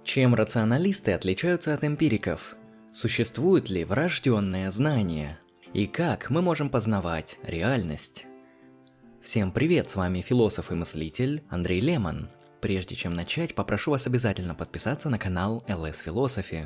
Чем рационалисты отличаются от эмпириков? Существует ли врожденное знание? И как мы можем познавать реальность? Всем привет, с вами философ и мыслитель Андрей Лемон. Прежде чем начать, попрошу вас обязательно подписаться на канал LS Philosophy.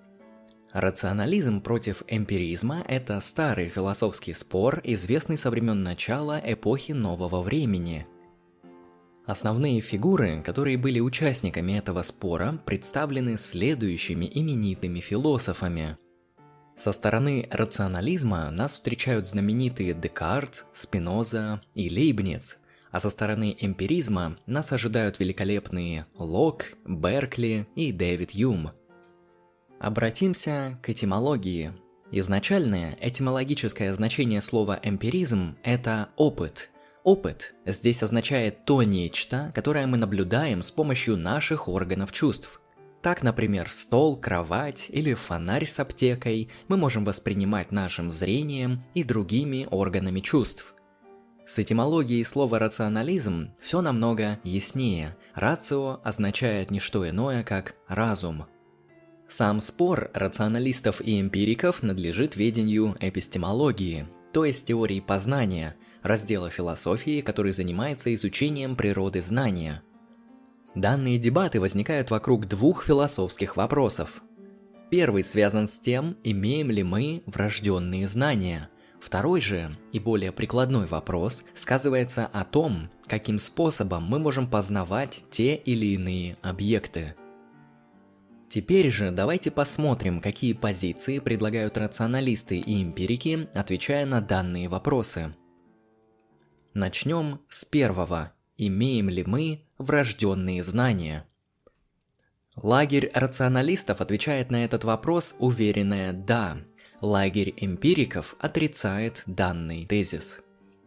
Рационализм против эмпиризма – это старый философский спор, известный со времен начала эпохи нового времени. Основные фигуры, которые были участниками этого спора, представлены следующими именитыми философами. Со стороны рационализма нас встречают знаменитые Декарт, Спиноза и Лейбниц, а со стороны эмпиризма нас ожидают великолепные Лок, Беркли и Дэвид Юм. Обратимся к этимологии. Изначальное этимологическое значение слова «эмпиризм» – это «опыт». Опыт здесь означает то нечто, которое мы наблюдаем с помощью наших органов чувств. Так, например, стол, кровать или фонарь с аптекой мы можем воспринимать нашим зрением и другими органами чувств. С этимологией слова «рационализм» все намного яснее. «Рацио» означает не что иное, как «разум». Сам спор рационалистов и эмпириков надлежит ведению эпистемологии, то есть теории познания, раздела философии, который занимается изучением природы знания. Данные дебаты возникают вокруг двух философских вопросов. Первый связан с тем, имеем ли мы врожденные знания. Второй же, и более прикладной вопрос, сказывается о том, каким способом мы можем познавать те или иные объекты. Теперь же давайте посмотрим, какие позиции предлагают рационалисты и эмпирики, отвечая на данные вопросы. Начнем с первого. Имеем ли мы врожденные знания? Лагерь рационалистов отвечает на этот вопрос уверенное «да». Лагерь эмпириков отрицает данный тезис.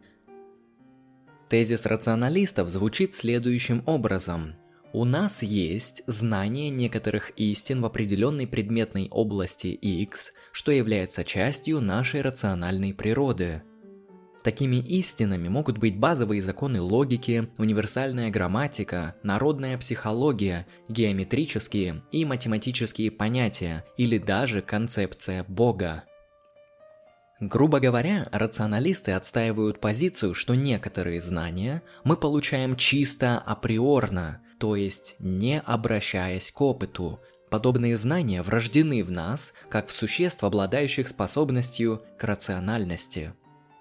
Тезис рационалистов звучит следующим образом. У нас есть знание некоторых истин в определенной предметной области X, что является частью нашей рациональной природы. Такими истинами могут быть базовые законы логики, универсальная грамматика, народная психология, геометрические и математические понятия или даже концепция Бога. Грубо говоря, рационалисты отстаивают позицию, что некоторые знания мы получаем чисто априорно, то есть не обращаясь к опыту. Подобные знания врождены в нас, как в существ, обладающих способностью к рациональности.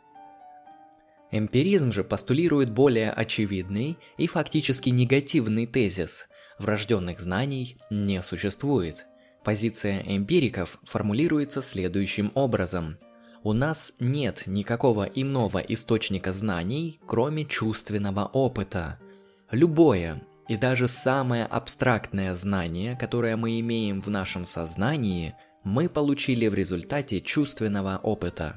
Эмпиризм же постулирует более очевидный и фактически негативный тезис – врожденных знаний не существует. Позиция эмпириков формулируется следующим образом. У нас нет никакого иного источника знаний, кроме чувственного опыта. Любое и даже самое абстрактное знание, которое мы имеем в нашем сознании, мы получили в результате чувственного опыта.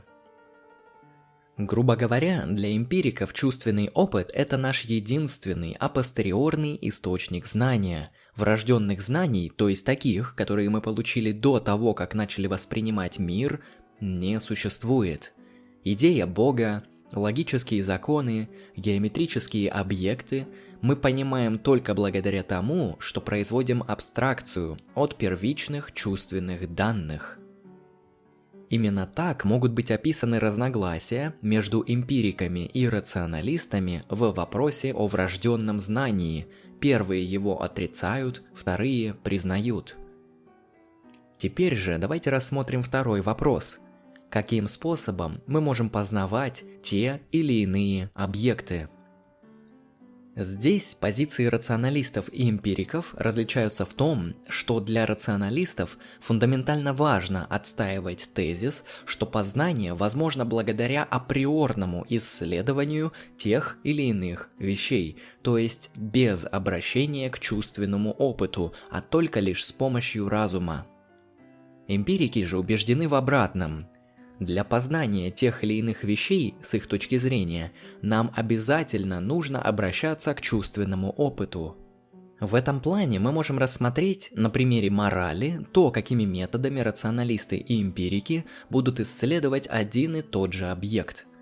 Грубо говоря, для эмпириков чувственный опыт – это наш единственный апостериорный источник знания. Врожденных знаний, то есть таких, которые мы получили до того, как начали воспринимать мир, не существует. Идея Бога, логические законы, геометрические объекты мы понимаем только благодаря тому, что производим абстракцию от первичных чувственных данных. Именно так могут быть описаны разногласия между эмпириками и рационалистами в вопросе о врожденном знании. Первые его отрицают, вторые признают. Теперь же давайте рассмотрим второй вопрос. Каким способом мы можем познавать те или иные объекты? Здесь позиции рационалистов и эмпириков различаются в том, что для рационалистов фундаментально важно отстаивать тезис, что познание возможно благодаря априорному исследованию тех или иных вещей, то есть без обращения к чувственному опыту, а только лишь с помощью разума. Эмпирики же убеждены в обратном. Для познания тех или иных вещей, с их точки зрения, нам обязательно нужно обращаться к чувственному опыту. В этом плане мы можем рассмотреть на примере морали то, какими методами рационалисты и эмпирики будут исследовать один и тот же объект.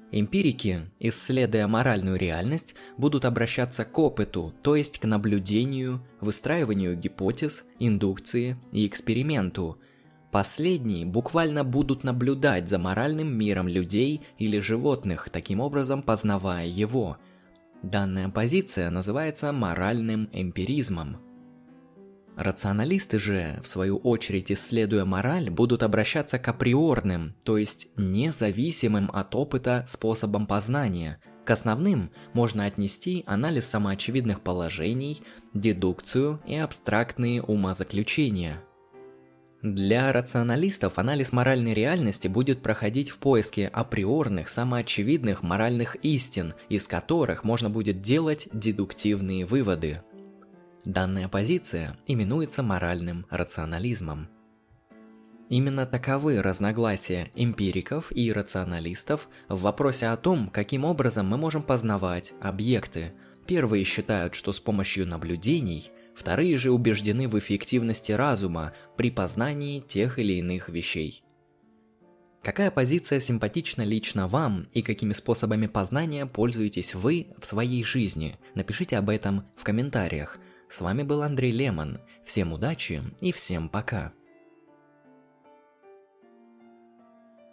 Эмпирики, исследуя моральную реальность, будут обращаться к опыту, то есть к наблюдению, выстраиванию гипотез, индукции и эксперименту. Последние буквально будут наблюдать за моральным миром людей или животных, таким образом познавая его. Данная позиция называется моральным эмпиризмом. Рационалисты же, в свою очередь, исследуя мораль, будут обращаться к априорным, то есть независимым от опыта способам познания. К основным можно отнести анализ самоочевидных положений, дедукцию и абстрактные умозаключения. Для рационалистов анализ моральной реальности будет проходить в поиске априорных, самоочевидных моральных истин, из которых можно будет делать дедуктивные выводы. Данная позиция именуется моральным рационализмом. Именно таковы разногласия эмпириков и рационалистов в вопросе о том, каким образом мы можем познавать объекты. Первые считают, что с помощью наблюдений, вторые же убеждены в эффективности разума при познании тех или иных вещей. Какая позиция симпатична лично вам и какими способами познания пользуетесь вы в своей жизни? Напишите об этом в комментариях. С вами был Андрей Лемон. Всем удачи и всем пока.